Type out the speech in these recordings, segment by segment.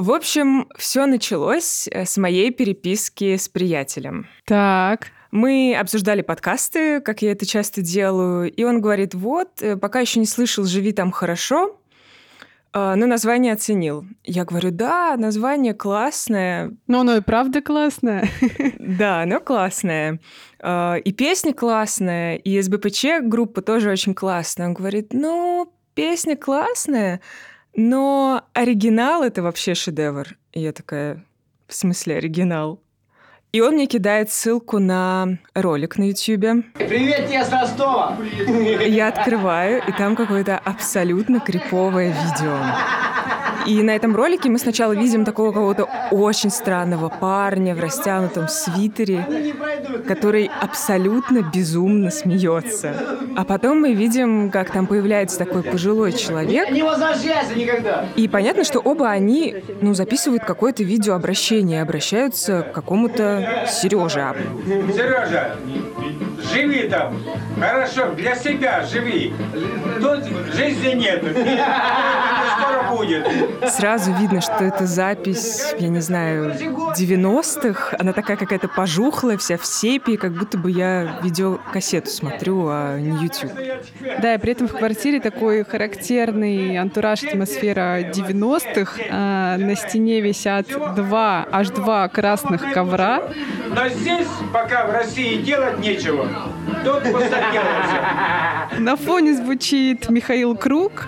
В общем, все началось с моей переписки с приятелем. Так. Мы обсуждали подкасты, как я это часто делаю, и он говорит, пока еще не слышал «Живи там хорошо», но название оценил. Я говорю, да, название классное. Ну, оно и правда классное. Да, оно классное. И песня классная, и СБПЧ группа тоже очень классная. Он говорит, песня классная, но оригинал — это вообще шедевр. И я такая, в смысле оригинал? И он мне кидает ссылку на ролик на Ютьюбе. Привет, я с Ростова! Я открываю, и там какое-то абсолютно криповое видео. И на этом ролике мы сначала видим такого какого-то очень странного парня в растянутом свитере, который абсолютно безумно смеется. А потом мы видим, как там появляется такой пожилой человек. Не возвращайся никогда! И понятно, что оба они, записывают какое-то видеообращение, обращаются к какому-то Сереже. Сережа, живи там. Хорошо, для себя живи. Тут жизни нет. Скоро будет. Сразу видно, что это запись, я не знаю, 90-х. Она такая какая-то пожухлая, вся в сепии, как будто бы я видеокассету смотрю, а не YouTube. Да, и при этом в квартире такой характерный антураж, атмосфера 90-х. На стене висят аж два красных ковра. Но здесь пока в России делать нечего. Тут посоделался. На фоне звучит Михаил Круг.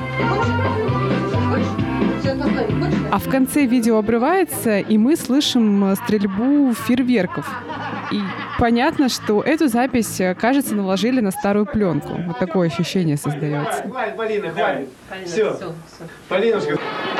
А в конце видео обрывается, и мы слышим стрельбу фейерверков. И понятно, что эту запись, кажется, наложили на старую пленку. Вот такое ощущение создается. Хватит, Полина, хватит. Все. Полинушка.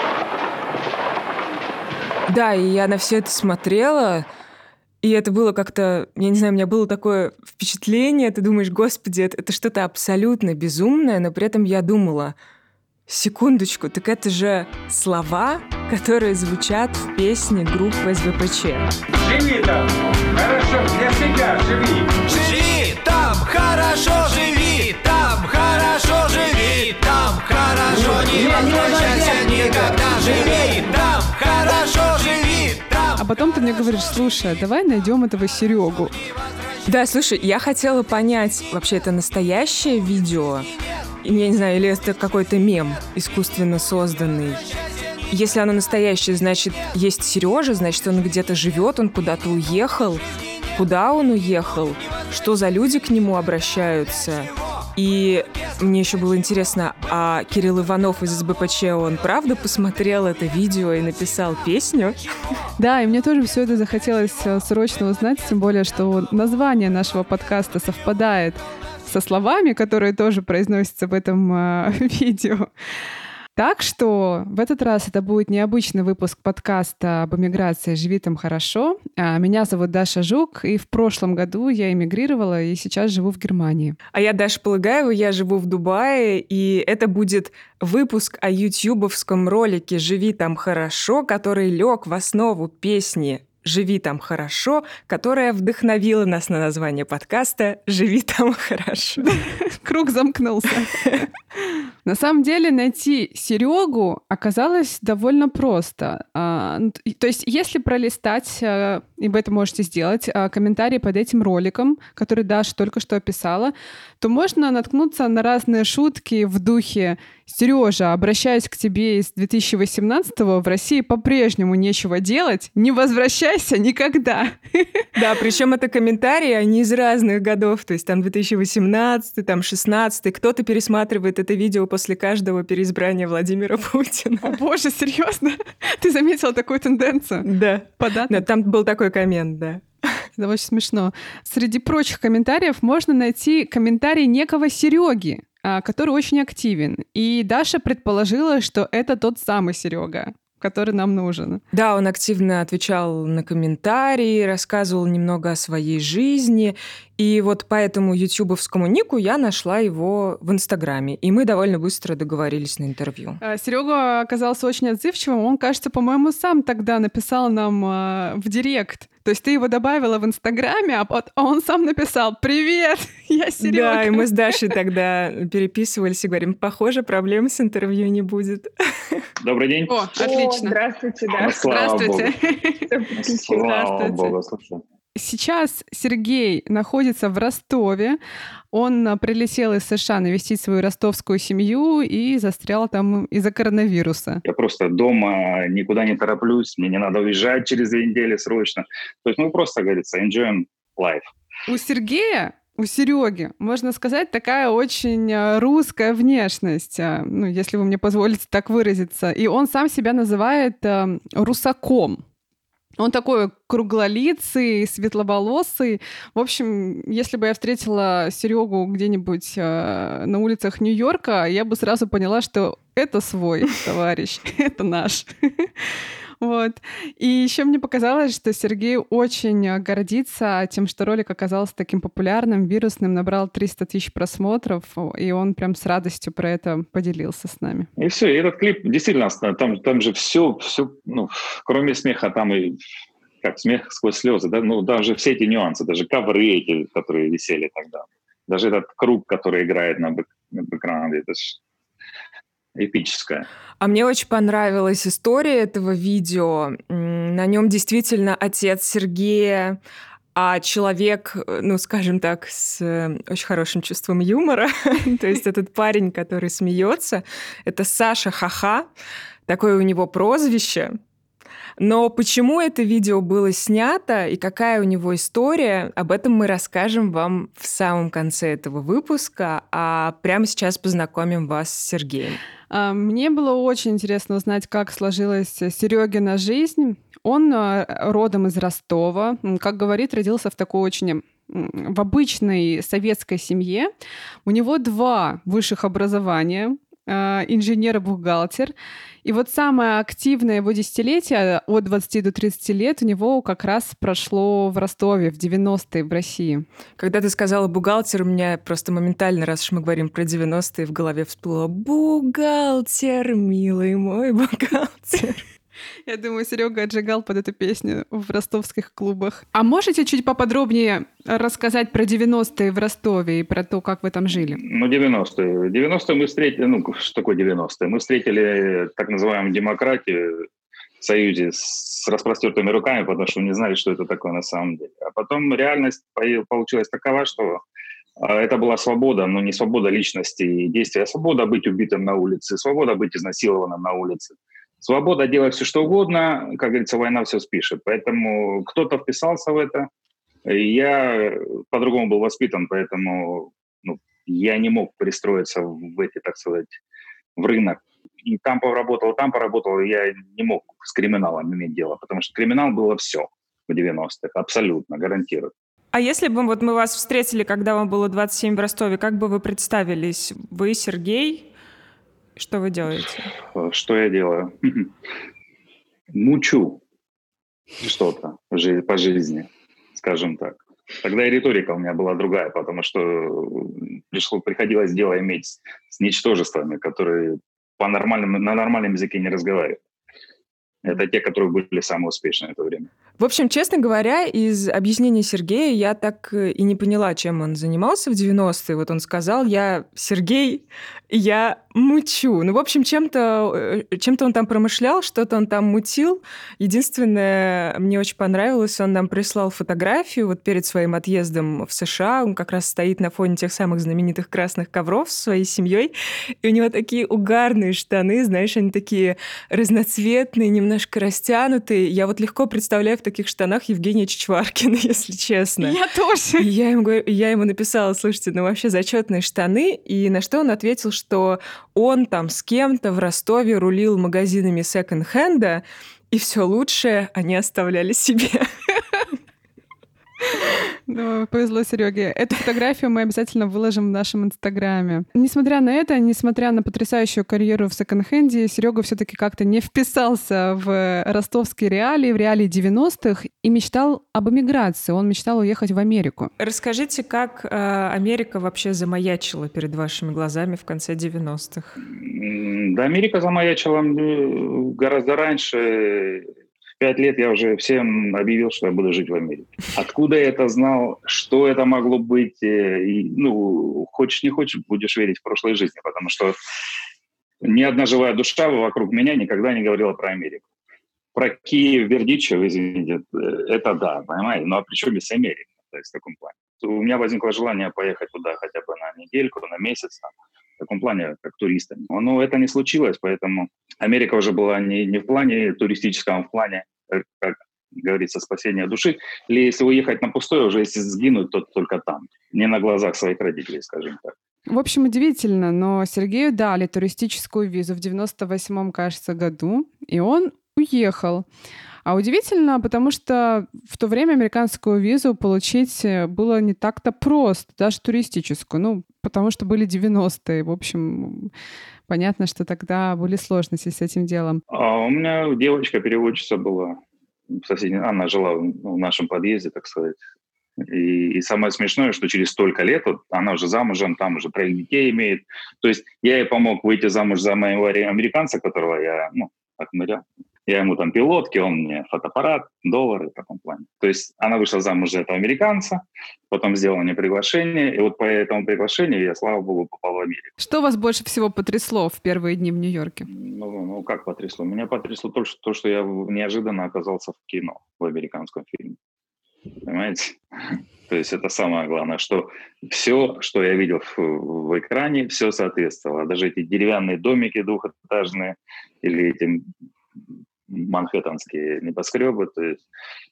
Да, и я на все это смотрела, и это было как-то, я не знаю, у меня было такое впечатление, ты думаешь, господи, это что-то абсолютно безумное, но при этом я думала, секундочку, так это же слова, которые звучат в песне группы СБПЧ. Живи там. Хорошо, для себя живи. Живи там, хорошо живи, там хорошо живи, там хорошо не возвращайся никогда, живи там, хорошо живи, там. А потом ты мне говоришь, слушай, давай найдем этого Серегу. Да, слушай, я хотела понять, вообще это настоящее видео, я не знаю, или это какой-то мем искусственно созданный. Если оно настоящее, значит, есть Сережа, значит, он где-то живет, он куда-то уехал. Куда он уехал? Что за люди к нему обращаются? И мне еще было интересно, а Кирилл Иванов из СБПЧ, он правда посмотрел это видео и написал песню? Да, и мне тоже все это захотелось срочно узнать, тем более, что название нашего подкаста совпадает со словами, которые тоже произносятся в этом видео. Так что в этот раз это будет необычный выпуск подкаста об эмиграции «Живи там хорошо». Меня зовут Даша Жук, и в прошлом году я эмигрировала, и сейчас живу в Германии. А я Даша Полыгаева, я живу в Дубае, и это будет выпуск о ютубовском ролике «Живи там хорошо», который лег в основу песни «Живи там хорошо», которая вдохновила нас на название подкаста «Живи там хорошо». Круг замкнулся. На самом деле найти Серегу оказалось довольно просто. То есть если пролистать, и вы это можете сделать, комментарии под этим роликом, который Даша только что описала, то можно наткнуться на разные шутки в духе «Сережа, обращаюсь к тебе из 2018-го, в России по-прежнему нечего делать, не возвращайся никогда». Да, причем это комментарии, они из разных годов, то есть там 2018, там 16, кто-то пересматривает это видео после каждого переизбрания Владимира Путина. О боже, серьезно? Ты заметила такую тенденцию? Да. По датам? Да, там был такой коммент, да. Это очень смешно. Среди прочих комментариев можно найти комментарий некого Сереги, который очень активен. И Даша предположила, что это тот самый Серега, который нам нужен. Да, он активно отвечал на комментарии, рассказывал немного о своей жизни. И вот по этому ютубовскому нику я нашла его в Инстаграме. И мы довольно быстро договорились на интервью. Серега оказался очень отзывчивым. Он, кажется, по-моему, сам тогда написал нам в директ. То есть ты его добавила в Инстаграме, а он сам написал: «Привет, я Серега». Да, и мы с Дашей тогда переписывались и говорим, похоже, проблем с интервью не будет. Добрый день. О, отлично. Здравствуйте, да. Слава Здравствуйте. Богу. Слава Богу, слушай. Сейчас Сергей находится в Ростове. Он прилетел из США навестить свою ростовскую семью и застрял там из-за коронавируса. Я просто дома, никуда не тороплюсь, мне не надо уезжать через 2 недели срочно. То есть мы просто, говорится, enjoying life. У Сереги, можно сказать, такая очень русская внешность, ну, если вы мне позволите так выразиться. И он сам себя называет русаком. Он такой круглолицый, светловолосый. В общем, если бы я встретила Серегу где-нибудь на улицах Нью-Йорка, я бы сразу поняла, что это свой товарищ, это наш. Вот. И еще мне показалось, что Сергей очень гордится тем, что ролик оказался таким популярным, вирусным, набрал 300 тысяч просмотров, и он прям с радостью про это поделился с нами. И все, и этот клип, действительно, там же все, ну, кроме смеха, там и как смех сквозь слезы, да, ну, даже все эти нюансы, даже ковры эти, которые висели тогда, даже этот круг, который играет на бэкграунде, это же эпическое. А мне очень понравилась история этого видео. На нем действительно отец Сергея, а человек, ну, скажем так, с очень хорошим чувством юмора. То есть этот парень, который смеется, это Саша Ха-Ха. Такое у него прозвище. Но почему это видео было снято и какая у него история, об этом мы расскажем вам в самом конце этого выпуска, а прямо сейчас познакомим вас с Сергеем. Мне было очень интересно узнать, как сложилась Серегина жизнь. Он родом из Ростова. Как говорит, родился в такой очень в обычной советской семье. У него 2 высших образования. Инженер-бухгалтер. И вот самое активное его десятилетие от 20 до 30 лет у него как раз прошло в Ростове, в 90-е, в России. Когда ты сказала «бухгалтер», у меня просто моментально, раз уж мы говорим про 90-е, в голове всплыло «бухгалтер, милый мой бухгалтер». Я думаю, Серега отжигал под эту песню в ростовских клубах. А можете чуть поподробнее рассказать про 90-е в Ростове и про то, как вы там жили? Ну, 90-е. 90-е мы встретили... Ну, что такое 90-е? Мы встретили так называемую демократию в Союзе с распростертыми руками, потому что не знали, что это такое на самом деле. А потом реальность получилась такова, что это была свобода, но не свобода личности и действия, а свобода быть убитым на улице, свобода быть изнасилованным на улице. Свобода делать все, что угодно, как говорится, война все спишет. Поэтому кто-то вписался в это. Я по-другому был воспитан, поэтому я не мог пристроиться в эти, так сказать, в рынок. И там поработал, я не мог с криминалом иметь дело, потому что криминал было все в 90-х, абсолютно, гарантирую. А если бы вот мы вас встретили, когда вам было 27 в Ростове, как бы вы представились? Вы Сергей? Что вы делаете? Что я делаю? Мучу что-то по жизни, скажем так. Тогда и риторика у меня была другая, потому что приходилось дело иметь с ничтожествами, которые на нормальном языке не разговаривают. Это те, которые были самые успешные в это время. В общем, честно говоря, из объяснений Сергея я так и не поняла, чем он занимался в 90-е. Вот он сказал: я Сергей, я мучу. Ну, в общем, чем-то он там промышлял, что-то он там мутил. Единственное, мне очень понравилось, он нам прислал фотографию вот перед своим отъездом в США. Он как раз стоит на фоне тех самых знаменитых красных ковров со своей семьей. И у него такие угарные штаны, знаешь, они такие разноцветные, немножко растянутые. Я вот легко представляю в таких штанах Евгения Чичваркина, если честно. Я тоже. И я ему написала: слушайте, ну вообще зачетные штаны. И на что он ответил, что он там с кем-то в Ростове рулил магазинами секонд-хенда, и все лучшее они оставляли себе. Ну, повезло Сереге. Эту фотографию мы обязательно выложим в нашем Инстаграме. Несмотря на это, несмотря на потрясающую карьеру в секонд-хенде, Серега все-таки как-то не вписался в ростовские реалии, в реалии 90-х, и мечтал об эмиграции. Он мечтал уехать в Америку. Расскажите, как Америка вообще замаячила перед вашими глазами в конце 90-х? Да, Америка замаячила гораздо раньше. В 5 лет я уже всем объявил, что я буду жить в Америке. Откуда я это знал, что это могло быть? Хочешь не хочешь, будешь верить в прошлой жизни, потому что ни одна живая душа вокруг меня никогда не говорила про Америку. Про Киев, Бердичев, извините, это да, понимаете? Ну а при чем здесь Америка, то есть в таком плане? У меня возникло желание поехать туда хотя бы на недельку, на месяц, в таком плане, как туристам. Но это не случилось, поэтому Америка уже была не в плане туристическом, а в плане, как говорится, спасения души. Или если уехать на пустое, уже если сгинуть, то только там. Не на глазах своих родителей, скажем так. В общем, удивительно, но Сергею дали туристическую визу в 98-м, кажется, году, и он уехал. А удивительно, потому что в то время американскую визу получить было не так-то просто, даже туристическую, потому что были 90-е. В общем, понятно, что тогда были сложности с этим делом. А у меня девочка-переводчица была, она жила в нашем подъезде, так сказать. И самое смешное, что через столько лет, она уже замужем, там уже 3 детей имеет. То есть я ей помог выйти замуж за моего американца, которого я, отмырял. Я ему там пилотки, он мне фотоаппарат, доллары в таком плане. То есть она вышла замуж за этого американца, потом сделала мне приглашение, и вот по этому приглашению я, слава богу, попал в Америку. Что вас больше всего потрясло в первые дни в Нью-Йорке? Как потрясло? Меня потрясло то, что я неожиданно оказался в кино, в американском фильме. Понимаете? То есть это самое главное, что все, что я видел в экране, все соответствовало. Даже эти деревянные домики двухэтажные или эти манхэттенские небоскребы, то есть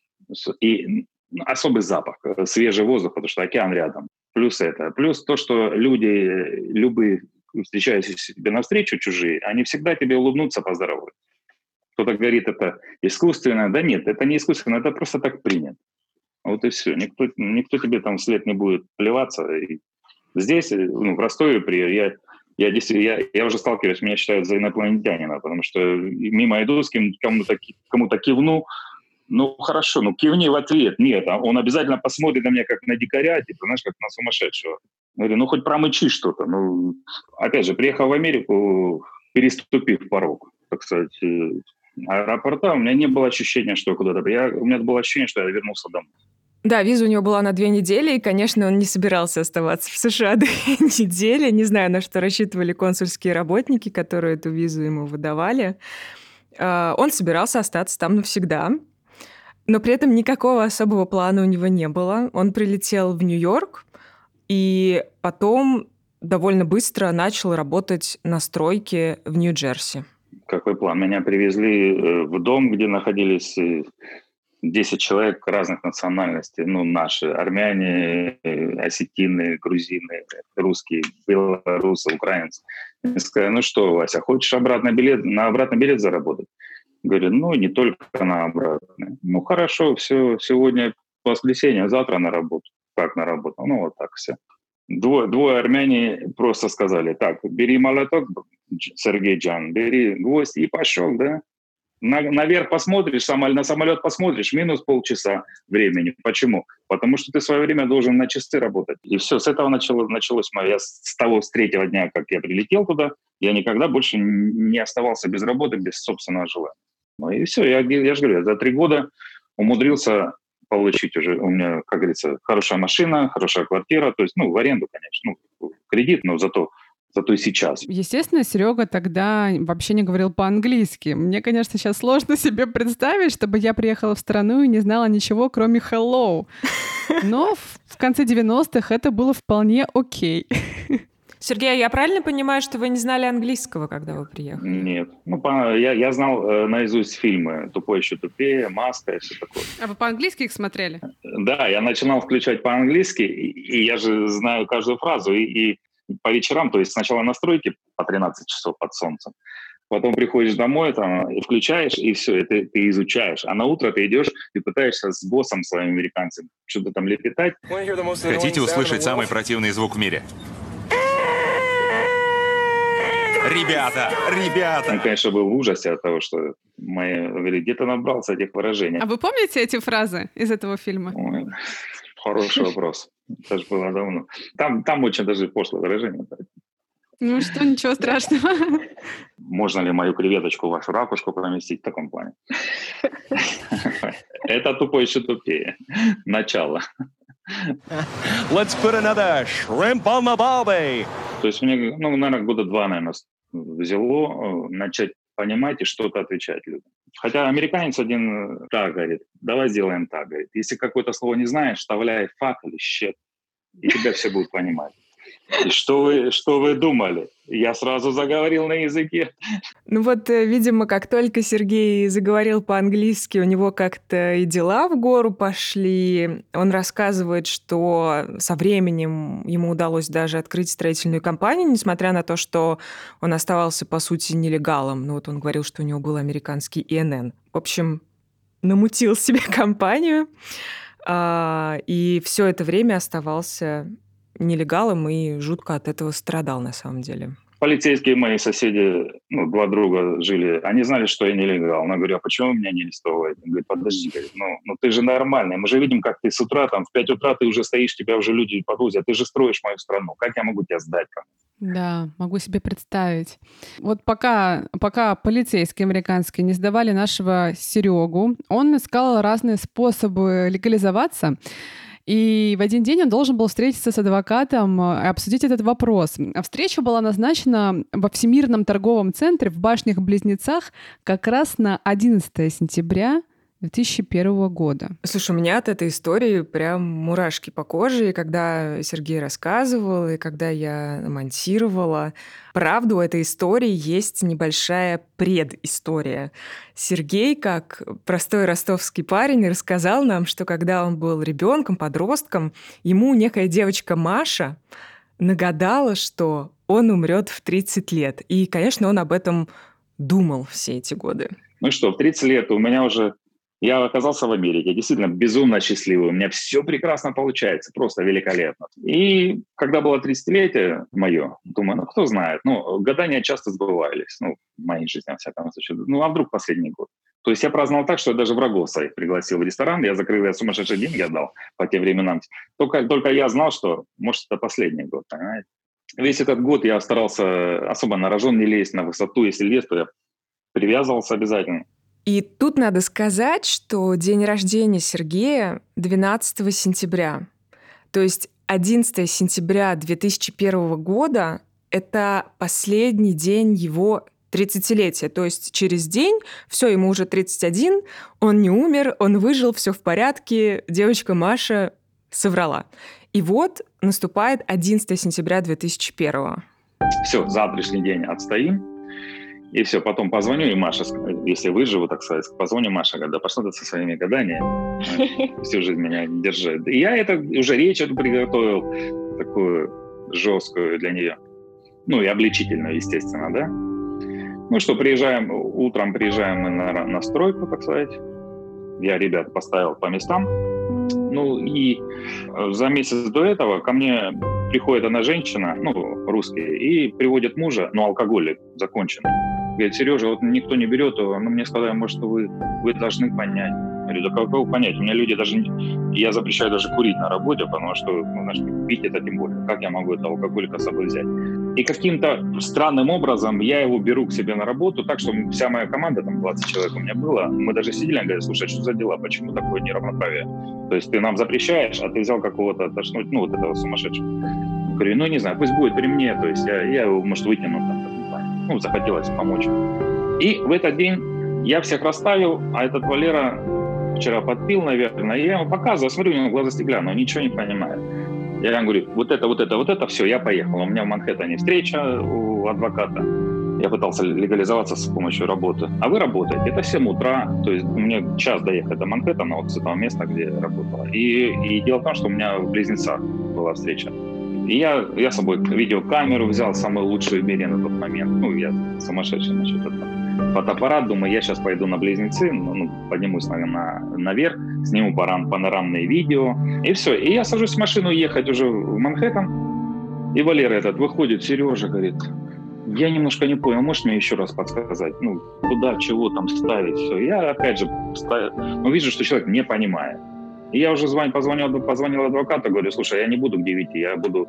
и особый запах, свежий воздух, потому что океан рядом. Плюс то, что люди, любые, встречаясь тебе навстречу, чужие, они всегда тебе улыбнутся, поздоровают. Кто-то говорит, это искусственно. Да нет, это не искусственно, это просто так принято. Вот и все. Никто тебе там вслед не будет плеваться. И здесь, в Ростове, я уже сталкиваюсь, меня считают за инопланетянина, потому что мимо иду, кому-то кивну, хорошо, кивни в ответ. Нет, он обязательно посмотрит на меня как на дикаря, знаешь, как на сумасшедшего. Я говорю, хоть промычи что-то. Опять же, приехал в Америку, переступив порог, так сказать, аэропорта, у меня не было ощущения, что я куда-то... У меня было ощущение, что я вернулся домой. Да, виза у него была на 2 недели, и, конечно, он не собирался оставаться в США 2 недели. Не знаю, на что рассчитывали консульские работники, которые эту визу ему выдавали. Он собирался остаться там навсегда, но при этом никакого особого плана у него не было. Он прилетел в Нью-Йорк, и потом довольно быстро начал работать на стройке в Нью-Джерси. Какой план? Меня привезли в дом, где находились 10 человек разных национальностей. Наши, армяне, осетины, грузины, русские, белорусы, украинцы. Я сказал, что, Вася, хочешь на обратный билет заработать? Говорю, не только на обратный. Хорошо, все, сегодня воскресенье, завтра на работу. Как на работу? Вот так все. Двое армяне просто сказали, так, бери молоток, Сергей Джан, бери гвоздь и пошел, да? Наверх посмотришь, на самолет посмотришь, минус полчаса времени. Почему? Потому что ты в свое время должен на часы работать. И все, с этого началось мое. С 3-го дня, как я прилетел туда, я никогда больше не оставался без работы, без собственного желания. И все, я же говорю, за 3 года умудрился получить уже, у меня, как говорится, хорошая машина, хорошая квартира, то есть, в аренду, конечно, кредит, но зато и сейчас. Естественно, Серега тогда вообще не говорил по-английски. Мне, конечно, сейчас сложно себе представить, чтобы я приехала в страну и не знала ничего, кроме hello. Но в конце 90-х это было вполне окей. Сергей, я правильно понимаю, что вы не знали английского, когда вы приехали? Нет. Я знал наизусть фильмы «Тупой еще тупее», «Маска» и все такое. А вы по-английски их смотрели? Да, я начинал включать по-английски, и я же знаю каждую фразу, и по вечерам, то есть сначала на стройке по 13 часов под солнцем, потом приходишь домой и включаешь, и все, и ты изучаешь. А на утро ты идешь и пытаешься с боссом своим американцем что-то там лепетать. Хотите услышать самый противный звук в мире? Ребята! Он, конечно, был в ужасе от того, что говорит, где ты набрался этих выражений. А вы помните эти фразы из этого фильма? Ой, хороший вопрос. Это же было давно. Там очень даже пошлое выражение. Ну что, ничего страшного. Можно ли мою креветочку в вашу ракушку поместить в таком плане? Это тупо еще тупее. Начало. Let's put another shrimp on the barbie. То есть мне, наверное, года 2, взяло начать понимать и что-то отвечать людям. Хотя американец один так говорит, давай сделаем так, говорит. Если какое-то слово не знаешь, вставляй fuck или shit, и тебя все будут понимать. И что вы думали? Я сразу заговорил на языке. Ну вот, видимо, как только Сергей заговорил по-английски, у него как-то и дела в гору пошли. Он рассказывает, что со временем ему удалось даже открыть строительную компанию, несмотря на то, что он оставался, по сути, нелегалом. Ну вот он говорил, что у него был американский ИНН. В общем, намутил себе компанию, и все это время оставался нелегалом и жутко от этого страдал на самом деле. Полицейские мои соседи, 2 друга жили, они знали, что я нелегал. Но я говорю, а почему меня не арестовывают? Он говорит, подожди, говорит, ты же нормальный. Мы же видим, как ты с утра, в 5 утра ты уже стоишь, тебя уже люди подвозят. Ты же строишь мою страну. Как я могу тебя сдать кому-то? Да, могу себе представить. Вот пока полицейские американские не сдавали нашего Серегу, он искал разные способы легализоваться. И в один день он должен был встретиться с адвокатом и обсудить этот вопрос. Встреча была назначена во Всемирном торговом центре в Башнях-Близнецах как раз на 11 сентября 2001 года. Слушай, у меня от этой истории прям мурашки по коже, и когда Сергей рассказывал, и когда я монтировала. Правда, у этой истории есть небольшая предыстория. Сергей, как простой ростовский парень, рассказал нам, что когда он был ребенком, подростком, ему некая девочка Маша нагадала, что он умрет в 30 лет. И, конечно, он об этом думал все эти годы. Ну что, в 30 лет у меня уже... Я оказался в Америке, действительно безумно счастливый. У меня все прекрасно получается, просто великолепно. И когда было 30-летие мое, думаю, кто знает, гадания часто сбывались, в моей жизни, во всяком случае. А вдруг последний год? То есть я праздновал так, что я даже врагов своих пригласил в ресторан, я сумасшедшие деньги отдал по тем временам. Только я знал, что, может, это последний год, понимаете? Весь этот год я старался особо на рожон не лезть, на высоту. Если лез, то я привязывался обязательно. И тут надо сказать, что день рождения Сергея 12 сентября. То есть 11 сентября 2001 года – это последний день его 30-летия. То есть через день, все, ему уже 31, он не умер, он выжил, все в порядке, девочка Маша соврала. И вот наступает 11 сентября 2001. Все, завтрашний день отстоим. И все, потом позвоню, и Маша, если выживу, так сказать, позвоню Маше, когда пошла ты со своими гаданиями, всю жизнь меня держит. И я уже речь эту приготовил, такую жесткую для нее, и обличительную, естественно, да. Утром приезжаем мы на стройку, так сказать. Я ребят поставил по местам. И за месяц до этого ко мне приходит одна женщина, русские, и приводит мужа, алкоголик законченный. Говорит, Сережа, вот никто не берет его, мне сказали, может, вы должны понять. Я говорю, да какого понять? У меня люди даже... Я запрещаю даже курить на работе, потому что, пить это тем более. Как я могу этого алкоголика с собой взять? И каким-то странным образом я его беру к себе на работу, так что вся моя команда, 20 человек у меня было, мы даже сидели, и говорили, слушай, что за дела, почему такое неравноправие? То есть ты нам запрещаешь, а ты взял какого-то, этого сумасшедшего. Говорю, не знаю, пусть будет при мне, то есть я его, может, выкину захотелось помочь. И в этот день я всех расставил, а этот Валера вчера подпил, наверное, и я ему показываю, смотрю, у него глаза стеклянные, он ничего не понимает. Я ему говорю, вот это, все, я поехал. У меня в Манхэттене встреча у адвоката. Я пытался легализоваться с помощью работы. А вы работаете, это 7 утра, то есть мне час доехать до Манхэттена, с этого места, где я работала. И дело в том, что у меня в Близнецах была встреча. И я с собой видеокамеру взял, самую лучшую в мире на тот момент. Я сумасшедший насчет этого. Фотоаппарат, думаю, я сейчас пойду на Близнецы, поднимусь наверх, сниму панорамные видео, и все. И я сажусь в машину ехать уже в Манхэттен, и Валера этот выходит, Сережа, говорит, я немножко не понял, можешь мне еще раз подсказать, куда, чего там ставить, все. Я опять же вижу, что человек не понимает. И я уже позвонил адвокату, говорю, слушай, я не буду к 9, я буду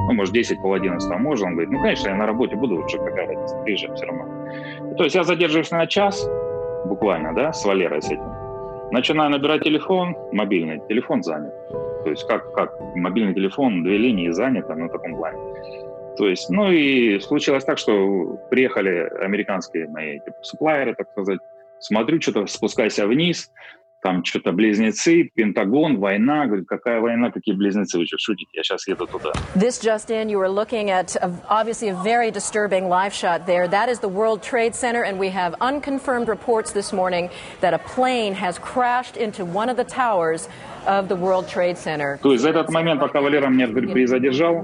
Ну, может, 10, пол-11 можно. Он говорит, ну, конечно, я на работе буду, уже какая разница, приезжай все равно. То есть я задерживаюсь на час, буквально, да, с Валерой с этим. Начинаю набирать телефон, мобильный, телефон занят. То есть как мобильный телефон, 2 линии занято на таком плане. То есть, ну и случилось так, что приехали американские мои суплайеры, так сказать. Смотрю, что-то спускайся вниз, там что-то близнецы, Пентагон, война. Говорю, какая война, какие близнецы? Вы что, шутите? Я сейчас еду туда. This just in, you were looking at obviously a very disturbing live shot there. That is the World Trade Center, and we have unconfirmed reports this morning that a plane has crashed into one of the towers of the World Trade Center. То есть за этот момент, пока Валера меня перезадержал,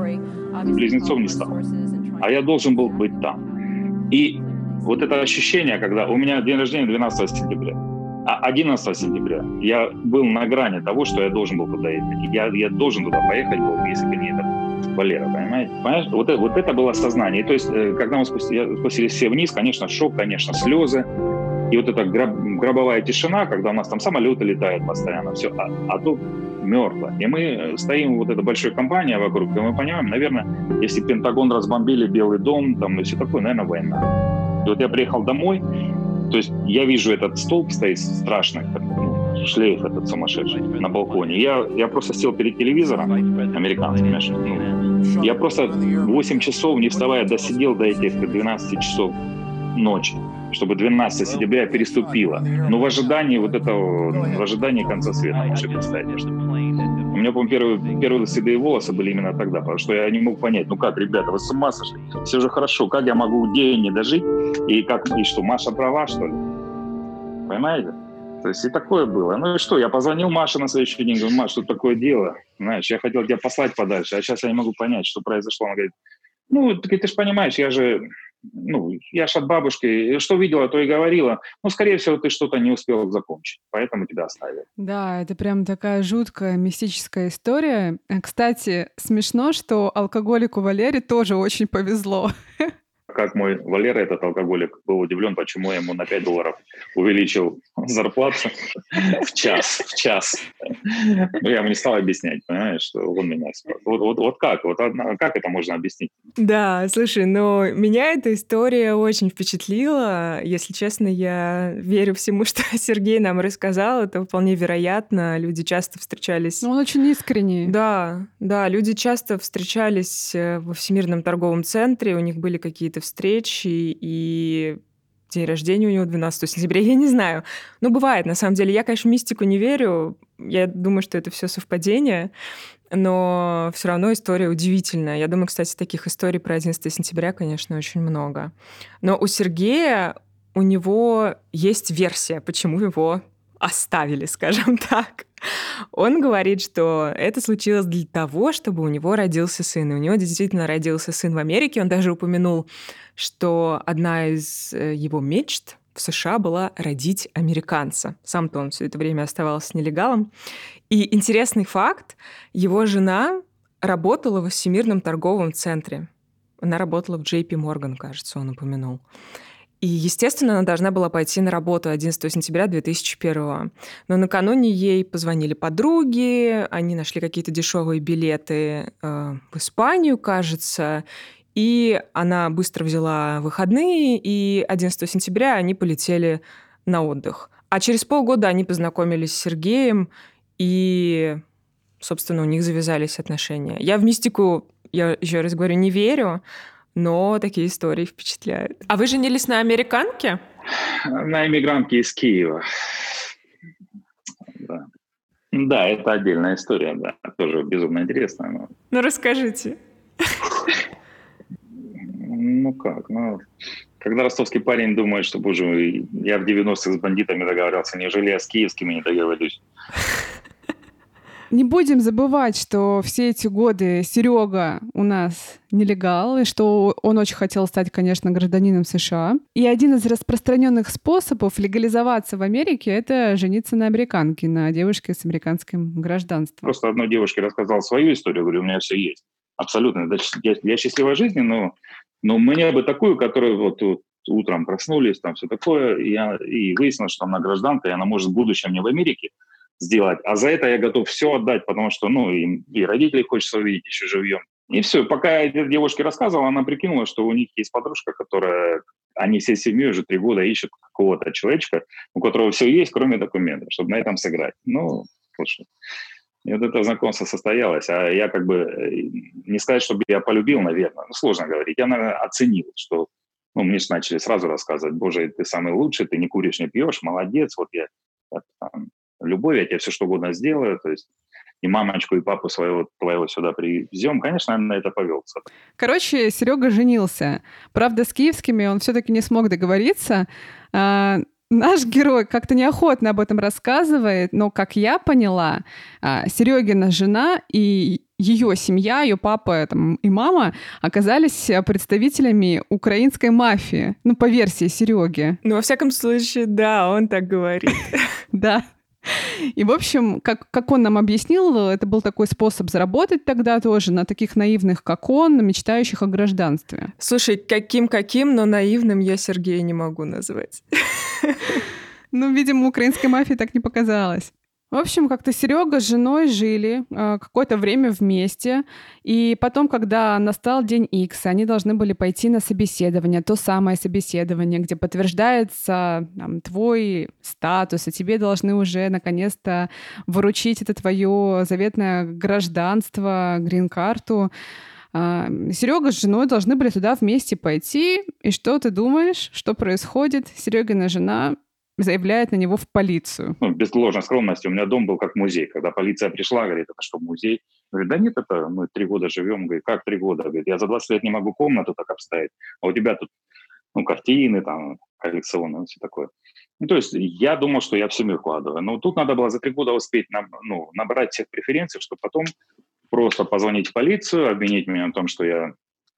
близнецов не стало. А я должен был быть там. И вот это ощущение, когда у меня день рождения 12 сентября, а 11 сентября я был на грани того, что я должен был туда ехать. Я должен туда поехать был, если бы не этот Валера, понимаете? Понимаешь? Вот это было сознание. И то есть, когда мы спустились все вниз, конечно, шок, конечно, слезы. И вот эта гробовая тишина, когда у нас там самолеты летают постоянно, все, а тут мертво. И мы стоим, вот эта большая компания вокруг, и мы понимаем, наверное, если Пентагон разбомбили, Белый дом, там, и все такое, наверное, война. И вот я приехал домой, то есть я вижу, этот столб стоит страшный, шлейф этот сумасшедший на балконе. Я просто сел перед телевизором, американским, конечно, я просто 8 часов, не вставая, досидел до этих 12 часов ночи, чтобы 12 сентября переступило. Но в ожидании вот этого, в ожидании конца света, можете представить. У меня, по-моему, первые седые волосы были именно тогда, потому что я не мог понять, ну как, ребята, вы с ума сошли? Все же хорошо, как я могу день не дожить? И что, Маша права, что ли? Понимаете? То есть и такое было. Ну и что, я позвонил Маше на следующий день, говорю, Маш, что такое дело? Знаешь, я хотел тебя послать подальше, а сейчас я не могу понять, что произошло. Она говорит, ну, ты же понимаешь, я же от бабушки, что видела, то и говорила. Ну, скорее всего, ты что-то не успел закончить, поэтому тебя оставили. Да, это прям такая жуткая мистическая история. Кстати, смешно, что алкоголику Валере тоже очень повезло. Как мой Валера, этот алкоголик, был удивлен, почему я ему на $5 увеличил зарплату в час. Но я ему не стал объяснять, понимаешь, что он меня спас. Вот как это можно объяснить? Да, слушай, но меня эта история очень впечатлила. Если честно, я верю всему, что Сергей нам рассказал. Это вполне вероятно. Люди часто встречались... Ну, он очень искренний. Да, люди часто встречались во Всемирном торговом центре, у них были какие-то встречи, и день рождения у него 12 сентября, я не знаю. Ну, бывает, на самом деле. Я, конечно, в мистику не верю. Я думаю, что это все совпадение, но все равно история удивительная. Я думаю, кстати, таких историй про 11 сентября, конечно, очень много. Но у Сергея, у него есть версия, почему его оставили, скажем так. Он говорит, что это случилось для того, чтобы у него родился сын. И у него действительно родился сын в Америке. Он даже упомянул, что одна из его мечт в США была родить американца. Сам-то он все это время оставался нелегалом. И интересный факт, его жена работала во Всемирном торговом центре. Она работала в JP Morgan, кажется, он упомянул. И, естественно, она должна была пойти на работу 11 сентября 2001. Но накануне ей позвонили подруги, они нашли какие-то дешевые билеты в Испанию, кажется, и она быстро взяла выходные, и 11 сентября они полетели на отдых. А через полгода они познакомились с Сергеем, и, собственно, у них завязались отношения. Я в мистику, я еще раз говорю, не верю, но такие истории впечатляют. А вы женились на американке? На иммигрантке из Киева. Да, это отдельная история, да. Тоже безумно интересная. Но... Ну, расскажите. Ну как, когда ростовский парень думает, что, боже, я в 90-х с бандитами договаривался, неужели я с киевскими не договорюсь? Не будем забывать, что все эти годы Серега у нас нелегал, и что он очень хотел стать, конечно, гражданином США. И один из распространенных способов легализоваться в Америке — это жениться на американке, на девушке с американским гражданством. Просто одной девушке рассказал свою историю, говорю, у меня все есть. Абсолютно. Я счастливой жизни, но мне бы такую, которая вот утром проснулись, там все такое, и выяснилось, что она гражданка, и она может в будущем не в Америке сделать. А за это я готов все отдать, потому что, и родителей хочется увидеть еще живьем. И все. Пока я этой девушке рассказывал, она прикинула, что у них есть подружка, которая... Они всей семьей уже 3 года ищут какого-то человечка, у которого все есть, кроме документов, чтобы на этом сыграть. Ну, слушай, и вот это знакомство состоялось. А я как бы... Не сказать, чтобы я полюбил, наверное. Ну, сложно говорить. Я, наверное, оценил, что... Ну, мне же начали сразу рассказывать: боже, ты самый лучший, ты не куришь, не пьешь, молодец, вот я... Любовь, я тебе все что угодно сделаю, то есть и мамочку, и папу твоего сюда привезем. Конечно, я на это повелся. Короче, Серега женился. Правда, с киевскими он все-таки не смог договориться. Наш герой как-то неохотно об этом рассказывает, но, как я поняла, Серегина жена и ее семья, ее папа там, и мама оказались представителями украинской мафии, ну, по версии Сереги. Ну, во всяком случае, да, он так говорит. Да. И, в общем, как он нам объяснил, это был такой способ заработать тогда тоже на таких наивных, как он, мечтающих о гражданстве. Слушай, каким-каким, но наивным я Сергея не могу назвать. Ну, видимо, украинской мафии так не показалось. В общем, как-то Серега с женой жили какое-то время вместе, и потом, когда настал день X, они должны были пойти на собеседование, то самое собеседование, где подтверждается там, твой статус, и тебе должны уже наконец-то вручить это твое заветное гражданство, грин-карту. Серега с женой должны были туда вместе пойти, и что ты думаешь, что происходит? Серегина жена заявляет на него в полицию. Ну, без ложной скромности, у меня дом был как музей. Когда полиция пришла, говорит: это что, музей? Говорит: да нет, это мы 3 года живем. Говорит: как 3 года? Говорит: я за 20 лет не могу комнату так обставить, а у тебя тут картины, там, коллекционные, все такое. Ну, то есть я думал, что я в семью вкладываю. Но тут надо было за 3 года успеть набрать всех преференций, чтобы потом просто позвонить в полицию, обвинить меня в том, что я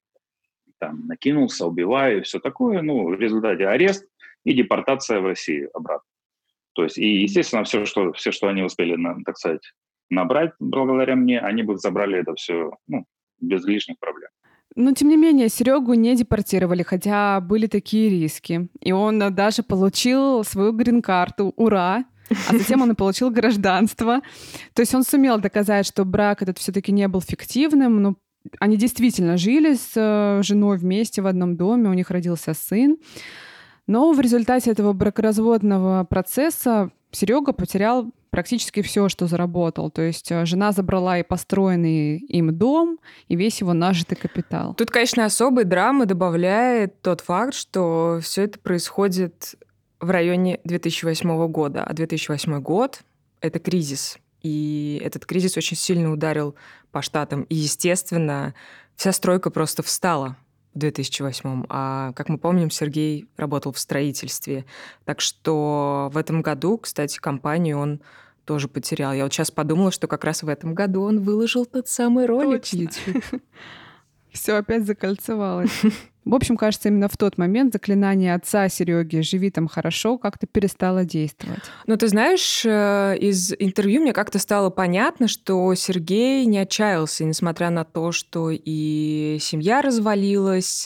там накинулся, убиваю и все такое. Ну, в результате арест и депортация в Россию обратно. То есть, и, естественно, все, что они успели, так сказать, набрать благодаря мне, они бы забрали это все без лишних проблем. Но, тем не менее, Серегу не депортировали, хотя были такие риски. И он даже получил свою грин-карту. Ура! А затем он и получил гражданство. То есть он сумел доказать, что брак этот все-таки не был фиктивным, но они действительно жили с женой вместе в одном доме, у них родился сын. Но в результате этого бракоразводного процесса Серега потерял практически все, что заработал. То есть жена забрала и построенный им дом, и весь его нажитый капитал. Тут, конечно, особой драмы добавляет тот факт, что все это происходит в районе 2008 года. А 2008 год — это кризис. И этот кризис очень сильно ударил по Штатам. И, естественно, вся стройка просто встала в 2008-м. А, как мы помним, Сергей работал в строительстве. Так что в этом году, кстати, компанию он тоже потерял. Я вот сейчас подумала, что как раз в этом году он выложил тот самый ролик в YouTube. Все опять закольцевалось. В общем, кажется, именно в тот момент заклинание отца Сереги «Живи там хорошо» как-то перестало действовать. Ну, ты знаешь, из интервью мне как-то стало понятно, что Сергей не отчаялся, несмотря на то, что и семья развалилась,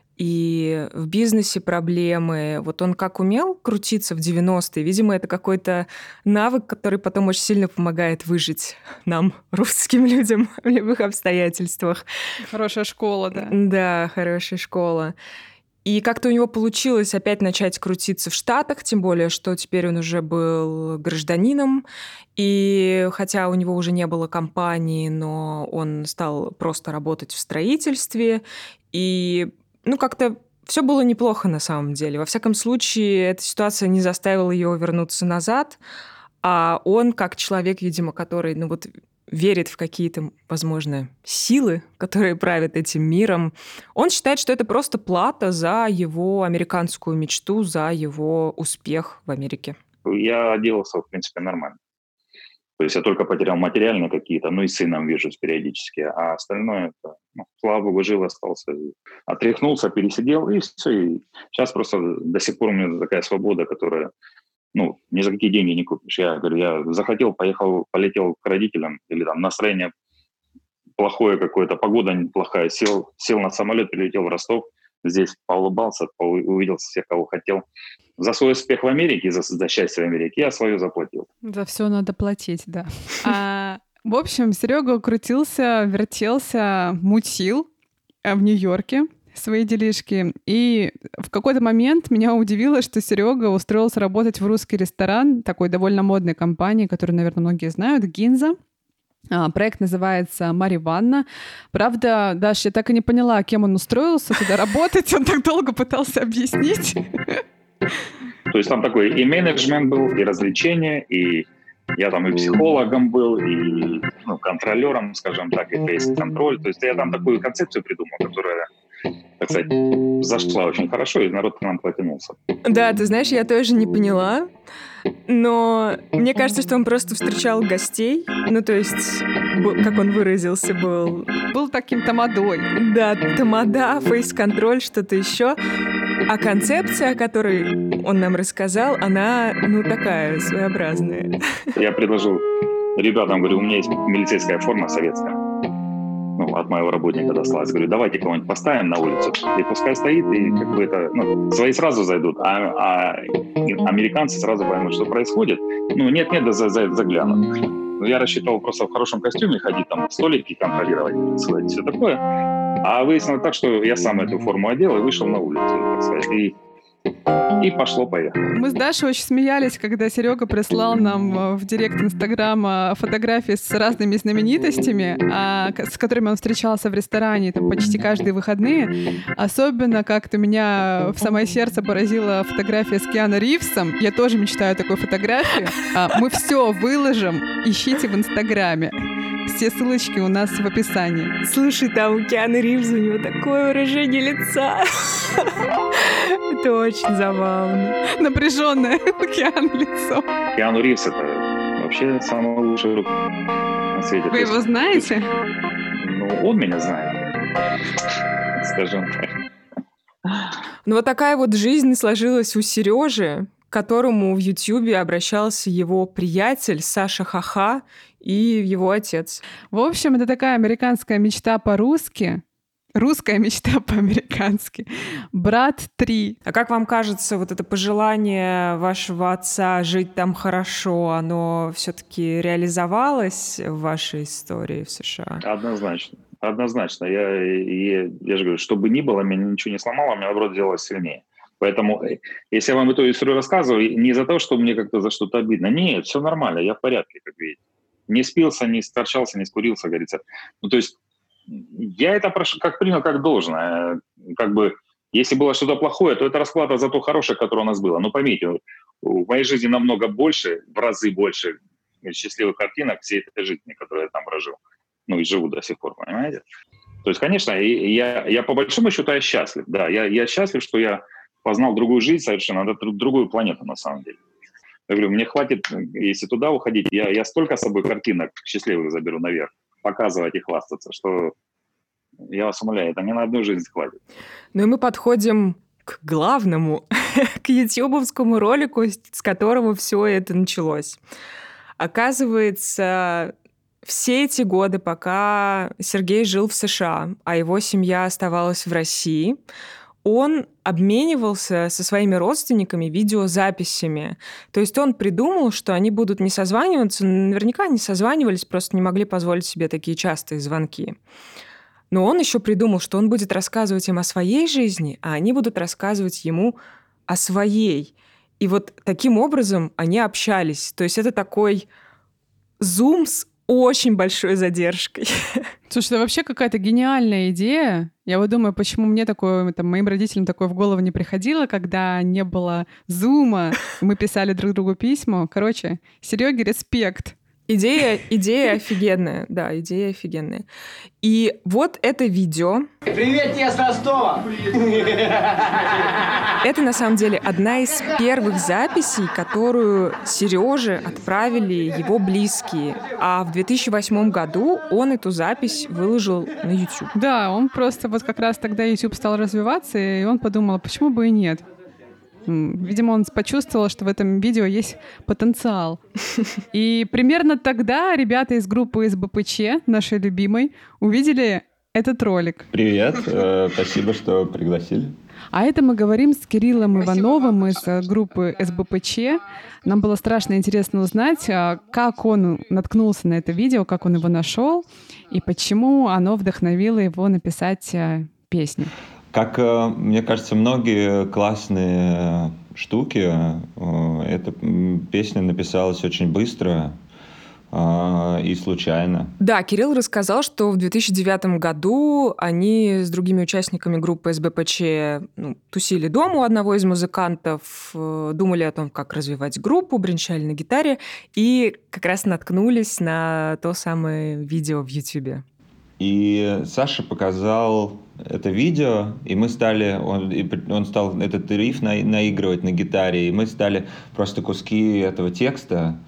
и в бизнесе проблемы. Вот он как умел крутиться в 90-е, видимо, это какой-то навык, который потом очень сильно помогает выжить нам, русским людям, в любых обстоятельствах. Хорошая школа, да. Да, хорошая школа. И как-то у него получилось опять начать крутиться в Штатах, тем более, что теперь он уже был гражданином. И хотя у него уже не было компании, но он стал просто работать в строительстве. И как-то все было неплохо на самом деле. Во всяком случае, эта ситуация не заставила его вернуться назад, а он, как человек, видимо, который, верит в какие-то, возможно, силы, которые правят этим миром, он считает, что это просто плата за его американскую мечту, за его успех в Америке. Я отделался, в принципе, нормально. То есть я только потерял материальные какие-то, и с сыном вижусь периодически, а остальное, это, слава богу, жил, остался. Отряхнулся, пересидел, и все. И сейчас просто до сих пор у меня такая свобода, которая, ни за какие деньги не купишь. Я говорю, я захотел, полетел к родителям, или там настроение плохое какое-то, погода плохая, сел на самолет, прилетел в Ростов, здесь поулыбался, увидел всех, кого хотел. За свой успех в Америке, за счастье в Америке я свое заплатил. За все надо платить, да. В общем, Серега крутился, вертелся, мутил в Нью-Йорке свои делишки. И в какой-то момент меня удивило, что Серега устроился работать в русский ресторан такой довольно модной компании, которую, наверное, многие знают, «Гинза». Проект называется «Марья Ивановна». Правда, Даш, я так и не поняла, кем он устроился туда работать. Он так долго пытался объяснить. То есть там такой и менеджмент был, и развлечения, и я там и психологом был, и контролером, скажем так, и фейс-контроль. То есть я там такую концепцию придумал, которая, так сказать, зашла очень хорошо, и народ к нам потянулся. Да, ты знаешь, я тоже не поняла, но мне кажется, что он просто встречал гостей, то есть, как он выразился, был таким тамадой. Да, тамада, фейс-контроль, что-то еще. А концепция, о которой он нам рассказал, она, такая своеобразная. Я предложил ребятам, говорю, у меня есть милицейская форма советская. От моего работника досталось. Говорю, давайте кого-нибудь поставим на улицу, и пускай стоит, и как бы это, свои сразу зайдут, а американцы сразу поймут, что происходит. Нет-нет, да заглянут. Я рассчитывал просто в хорошем костюме ходить, там, столики контролировать, все такое. А выяснилось так, что я сам эту форму одел и вышел на улицу, так сказать, и пошло-поехало. Мы с Дашей очень смеялись, когда Серега прислал нам в директ Инстаграма фотографии с разными знаменитостями, с которыми он встречался в ресторане там, почти каждые выходные. Особенно как-то меня в самое сердце поразила фотография с Киану Ривзом. Я тоже мечтаю о такой фотографии. Мы все выложим, ищите в Инстаграме. Все ссылочки у нас в описании. Слушай, там у Киану Ривза у него такое выражение лица. Это очень забавно. Напряженное у Киану лицо. Киану Ривз — это вообще самый лучший друг на свете. Вы его знаете? Он меня знает, скажем так. Вот такая вот жизнь сложилась у Сережи, к которому в Ютьюбе обращался его приятель Саша Хаха и его отец. В общем, это такая американская мечта по-русски, русская мечта по-американски. «Брат 3». А как вам кажется, вот это пожелание вашего отца жить там хорошо, оно все-таки реализовалось в вашей истории в США? Однозначно. Я же говорю, что бы ни было, меня ничего не сломало, меня, наоборот, делалось сильнее. Поэтому, если я вам эту историю рассказываю, не за то, что мне как-то за что-то обидно. Нет, все нормально, я в порядке, как видите. Не спился, не сторчался, не скурился, говорится. То есть я это как принял, как должное. Как бы, если было что-то плохое, то это расплата за то хорошее, которое у нас было. Поймите, в моей жизни намного больше, в разы больше счастливых картинок всей этой жизни, которую я там прожил. И живу до сих пор, понимаете? То есть, конечно, я по большому счету я счастлив. Да, я счастлив, что я познал другую жизнь совершенно, другую планету на самом деле. Я говорю, мне хватит, если туда уходить, я столько с собой картинок счастливых заберу наверх, показывать и хвастаться, что я вас умоляю, это мне на одну жизнь хватит. И мы подходим к главному, к ютьюбовскому ролику, с которого все это началось. Оказывается, все эти годы, пока Сергей жил в США, а его семья оставалась в России, он обменивался со своими родственниками видеозаписями. То есть он придумал, что они будут не созваниваться, наверняка они созванивались, просто не могли позволить себе такие частые звонки. Но он еще придумал, что он будет рассказывать им о своей жизни, а они будут рассказывать ему о своей. И вот таким образом они общались. То есть это такой зум с очень большой задержкой. Слушай, это вообще какая-то гениальная идея. Я вот думаю, почему мне такое, моим родителям такое в голову не приходило, когда не было зума, мы писали друг другу письма. Короче, Сереге респект. Идея офигенная, да, идея офигенная. И вот это видео. Привет, я с Ростова! Это, на самом деле, одна из первых записей, которую Сереже отправили его близкие. А в 2008 году он эту запись выложил на YouTube. Да, он просто вот как раз тогда YouTube стал развиваться, и он подумал, почему бы и нет. Видимо, он почувствовал, что в этом видео есть потенциал. И примерно тогда ребята из группы СБПЧ, нашей любимой, увидели этот ролик. Привет, спасибо, что пригласили. А это мы говорим с Кириллом Ивановым из группы СБПЧ. Нам было страшно интересно узнать, как он наткнулся на это видео, как он его нашел и почему оно вдохновило его написать песню. Как, мне кажется, многие классные штуки, эта песня написалась очень быстро и случайно. Да, Кирилл рассказал, что в 2009 году они с другими участниками группы СБПЧ тусили дома у одного из музыкантов, думали о том, как развивать группу, бренчали на гитаре, и как раз наткнулись на то самое видео в Ютубе. И Саша показал это видео, и мы стали, он стал этот риф наигрывать на гитаре, и мы стали просто куски этого текста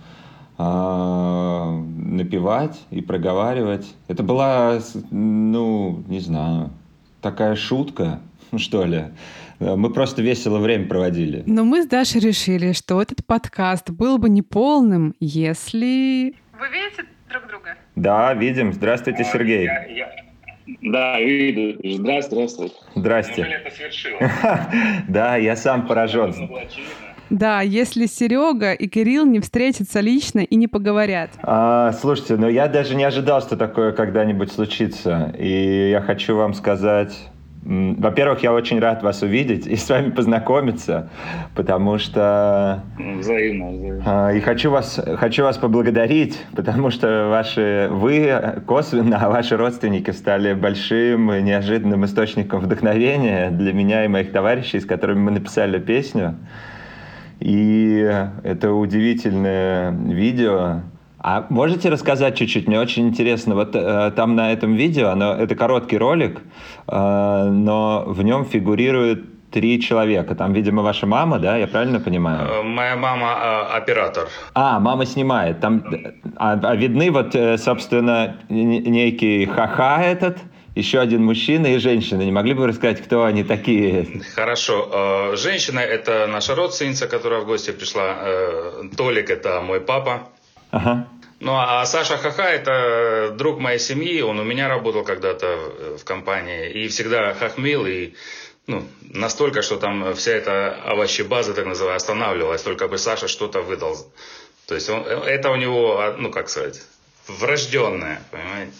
напевать и проговаривать. Это была, не знаю, такая шутка, что ли. Мы просто весело время проводили. Но мы с Дашей решили, что этот подкаст был бы неполным, если... Вы видите друг друга? Да, видим. Здравствуйте, Сергей. Да, виду. Здравствуй. Здрасте. Неужели это свершилось? Да, я сам поражен. Да, если Серега и Кирилл не встретятся лично и не поговорят. Слушайте, я даже не ожидал, что такое когда-нибудь случится. И я хочу вам сказать... Во-первых, я очень рад вас увидеть и с вами познакомиться, потому что... Взаимно. И хочу вас поблагодарить, потому что вы косвенно, а ваши родственники стали большим и неожиданным источником вдохновения для меня и моих товарищей, с которыми мы написали песню. И это удивительное видео. А можете рассказать чуть-чуть? Мне очень интересно. Вот там на этом видео, это короткий ролик, но в нем фигурирует 3 человека. Там, видимо, ваша мама, да? Я правильно понимаю? Моя мама оператор. Мама снимает. Там, видны вот, собственно, некий ха-ха этот, еще один мужчина и женщина. Не могли бы вы рассказать, кто они такие? Хорошо. Женщина – это наша родственница, которая в гости пришла. Толик – это мой папа. Ага. Ну, а Саша Ха-Ха – это друг моей семьи. Он у меня работал когда-то в компании. И всегда хохмил. И настолько, что там вся эта овощебаза, так называемая, останавливалась. Только бы Саша что-то выдал. То есть это у него, врожденное, понимаете?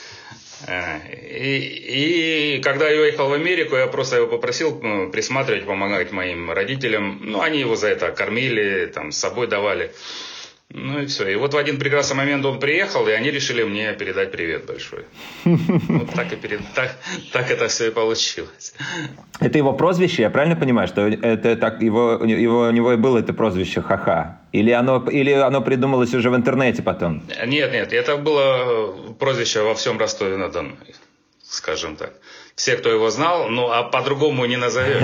И когда я уехал в Америку, я просто его попросил присматривать, помогать моим родителям. Они его за это кормили, с собой давали. Ну и все. И вот в один прекрасный момент он приехал, и они решили мне передать привет большой. Вот так это все и получилось. Это его прозвище, я правильно понимаю, что это так у него и было это прозвище Ха-Ха? Или оно придумалось уже в интернете потом? Нет, это было прозвище во всем Ростове-на-Дону, скажем так. Все, кто его знал, а по-другому не назовешь.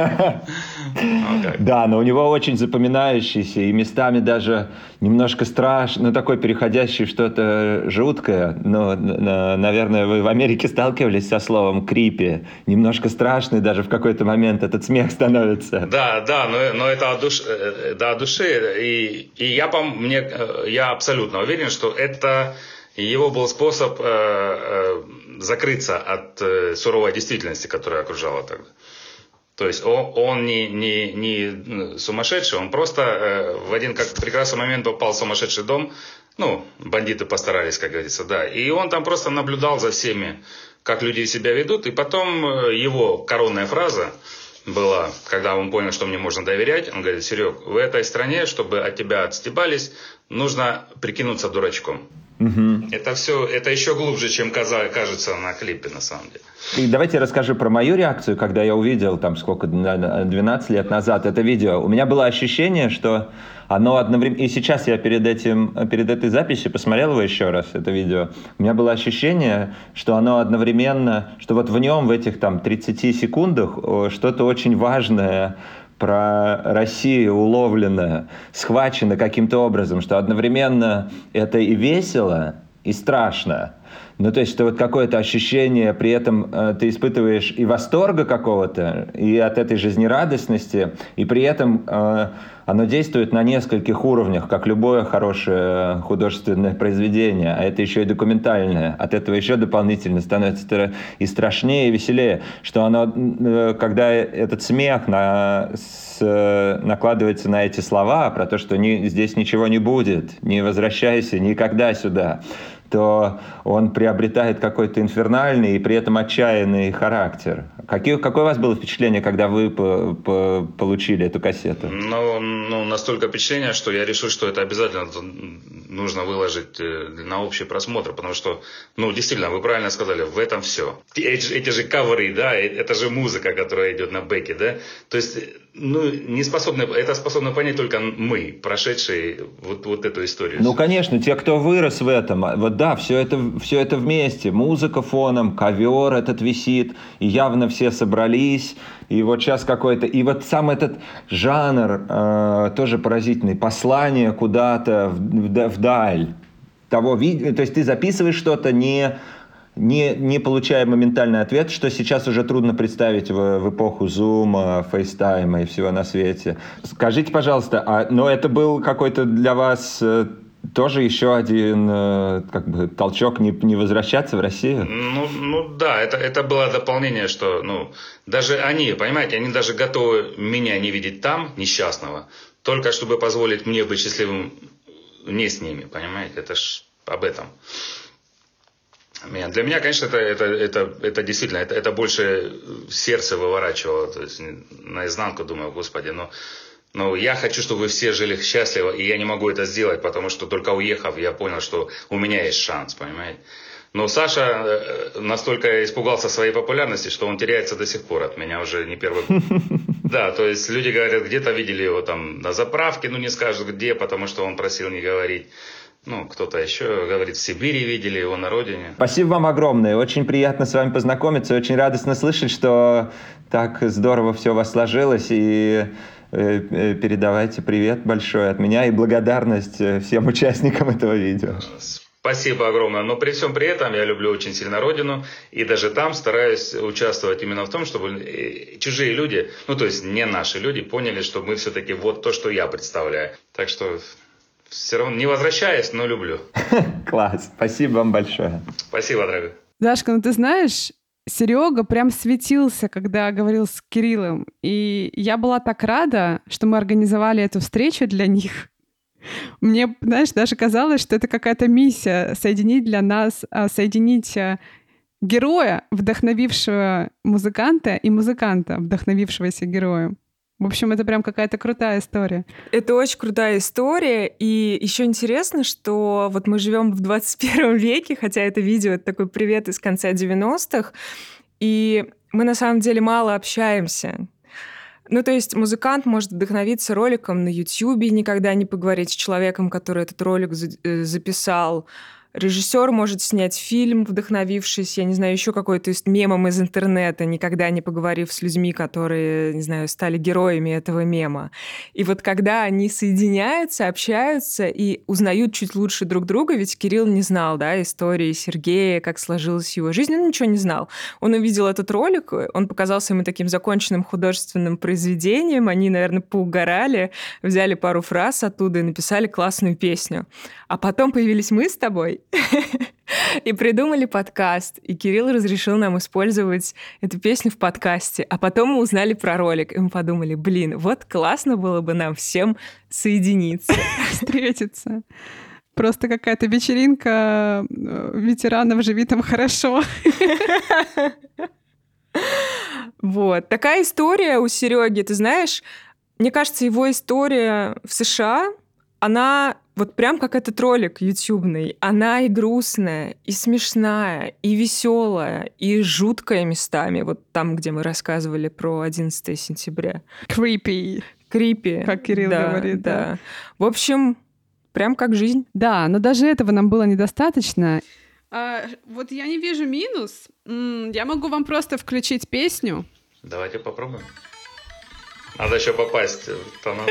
Да, но у него очень запоминающийся и местами даже немножко страшный, такой переходящий в что-то жуткое. Наверное, вы в Америке сталкивались со словом «крипи». Немножко страшный даже в какой-то момент этот смех становится. Да, но это от души. И я абсолютно уверен, что это его был способ закрыться от суровой действительности, которая окружала тогда. То есть он не сумасшедший, он просто в один прекрасный момент попал в сумасшедший дом. Бандиты постарались, как говорится, да. И он там просто наблюдал за всеми, как люди себя ведут. И потом его коронная фраза была, когда он понял, что мне можно доверять. Он говорит: Серег, в этой стране, чтобы от тебя отстебались, нужно прикинуться дурачком. Угу. Это еще глубже, чем кажется на клипе, на самом деле. И давайте я расскажу про мою реакцию, когда я увидел 12 лет назад это видео. У меня было ощущение, что оно одновременно... И сейчас я перед этой записью посмотрел его еще раз, это видео. У меня было ощущение, что оно одновременно... Что вот в нем, в этих 30 секундах, что-то очень важное про Россию уловлено, схвачено каким-то образом, что одновременно это и весело, и страшно. Ну, то есть это вот какое-то ощущение, при этом ты испытываешь и восторга какого-то, и от этой жизнерадостности, и при этом оно действует на нескольких уровнях, как любое хорошее художественное произведение, а это еще и документальное. От этого еще дополнительно становится и страшнее, и веселее, что оно, когда этот смех накладывается на эти слова про то, что здесь ничего не будет, не возвращайся никогда сюда, то он приобретает какой-то инфернальный и при этом отчаянный характер. Какое у вас было впечатление, когда вы получили эту кассету? Ну, настолько впечатление, что я решил, что это обязательно нужно выложить на общий просмотр, потому что, действительно, вы правильно сказали, в этом все. Эти же каверы, да, это же музыка, которая идет на бэке, да, то есть, это способны понять только мы, прошедшие вот эту историю. Ну, конечно, те, кто вырос в этом, вот да, все это вместе, музыка фоном, ковер этот висит, и явно все собрались, и вот сейчас какой-то, и вот сам этот жанр тоже поразительный, послание куда-то вдаль того, то есть ты записываешь что-то, не получая моментальный ответ, что сейчас уже трудно представить в эпоху Zoom, FaceTime и всего на свете. Скажите, пожалуйста, но это был какой-то для вас тоже еще один толчок не возвращаться в Россию? Да, это было дополнение, что даже они, понимаете, они даже готовы меня не видеть там, несчастного, только чтобы позволить мне быть счастливым не с ними, понимаете, это ж об этом. Для меня, конечно, это действительно, это больше сердце выворачивало, то есть наизнанку, думаю, господи, но я хочу, чтобы вы все жили счастливо, и я не могу это сделать, потому что только уехав, я понял, что у меня есть шанс, понимаете. Но Саша настолько испугался своей популярности, что он теряется до сих пор от меня уже не первый год. Да, то есть люди говорят, где-то видели его там на заправке, не скажут где, потому что он просил не говорить. Кто-то еще говорит, в Сибири видели его на родине. Спасибо вам огромное. Очень приятно с вами познакомиться. Очень радостно слышать, что так здорово все у вас сложилось. И передавайте привет большой от меня и благодарность всем участникам этого видео. Спасибо огромное. Но при всем при этом я люблю очень сильно родину. И даже там стараюсь участвовать именно в том, чтобы чужие люди, то есть не наши люди, поняли, что мы все-таки вот то, что я представляю. Так что... Все равно не возвращаюсь, но люблю. Класс. Спасибо вам большое. Спасибо, дорогой. Дашка, ты знаешь, Серега прям светился, когда говорил с Кириллом. И я была так рада, что мы организовали эту встречу для них. Мне, знаешь, даже казалось, что это какая-то миссия соединить героя, вдохновившего музыканта, и музыканта, вдохновившегося героем. В общем, это прям какая-то крутая история. Это очень крутая история. И еще интересно, что вот мы живем в 21 веке, хотя это видео — это такой привет из конца 90-х, и мы на самом деле мало общаемся. То есть музыкант может вдохновиться роликом на YouTube, никогда не поговорить с человеком, который этот ролик записал. Режиссер может снять фильм, вдохновившись, я не знаю, еще какой-то мемом из интернета, никогда не поговорив с людьми, которые, не знаю, стали героями этого мема. И вот когда они соединяются, общаются и узнают чуть лучше друг друга, ведь Кирилл не знал, истории Сергея, как сложилась его жизнь, он ничего не знал. Он увидел этот ролик, он показался ему таким законченным художественным произведением, они, наверное, поугорали, взяли пару фраз оттуда и написали классную песню. А потом появились мы с тобой, и придумали подкаст. И Кирилл разрешил нам использовать эту песню в подкасте. А потом мы узнали про ролик. И мы подумали, вот классно было бы нам всем соединиться. Встретиться. Просто какая-то вечеринка ветеранов «Живи там хорошо». Вот. Такая история у Сереги. Ты знаешь, мне кажется, его история в США, она... Вот прям как этот ролик ютубный. Она и грустная, и смешная, и веселая, и жуткая местами. Вот там, где мы рассказывали про 11 сентября. Creepy. Как Кирилл говорит. Да. В общем, прям как жизнь. Да, но даже этого нам было недостаточно. Вот я не вижу минус. Я могу вам просто включить песню. Давайте попробуем. Надо еще попасть в тонал.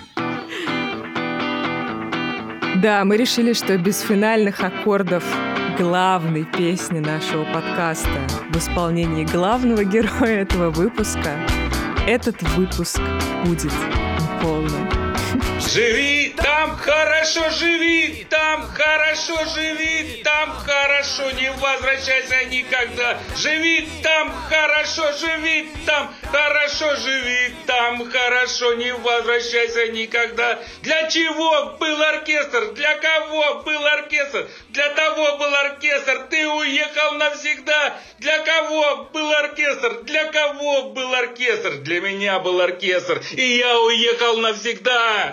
Да, мы решили, что без финальных аккордов главной песни нашего подкаста в исполнении главного героя этого выпуска, этот выпуск будет неполным. Живи там хорошо, живи там хорошо, живи там хорошо, не возвращайся никогда. Живи там хорошо, живи там хорошо, живи там хорошо, не возвращайся никогда. Для чего был оркестр? Для кого был оркестр? Для того был оркестр, ты уехал навсегда. Для кого был оркестр? Для кого был оркестр? Для меня был оркестр, и я уехал навсегда.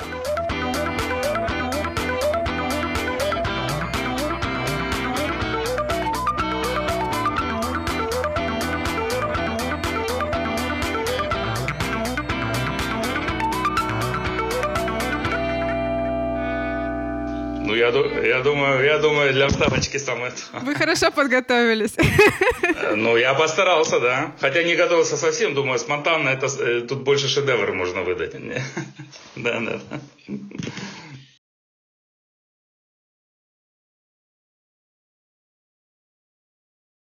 Ну, я думаю, для вставочки самое то. Вы хорошо подготовились. Ну, я постарался, да. Хотя не готовился совсем, думаю, спонтанно тут больше шедевр можно выдать. Да.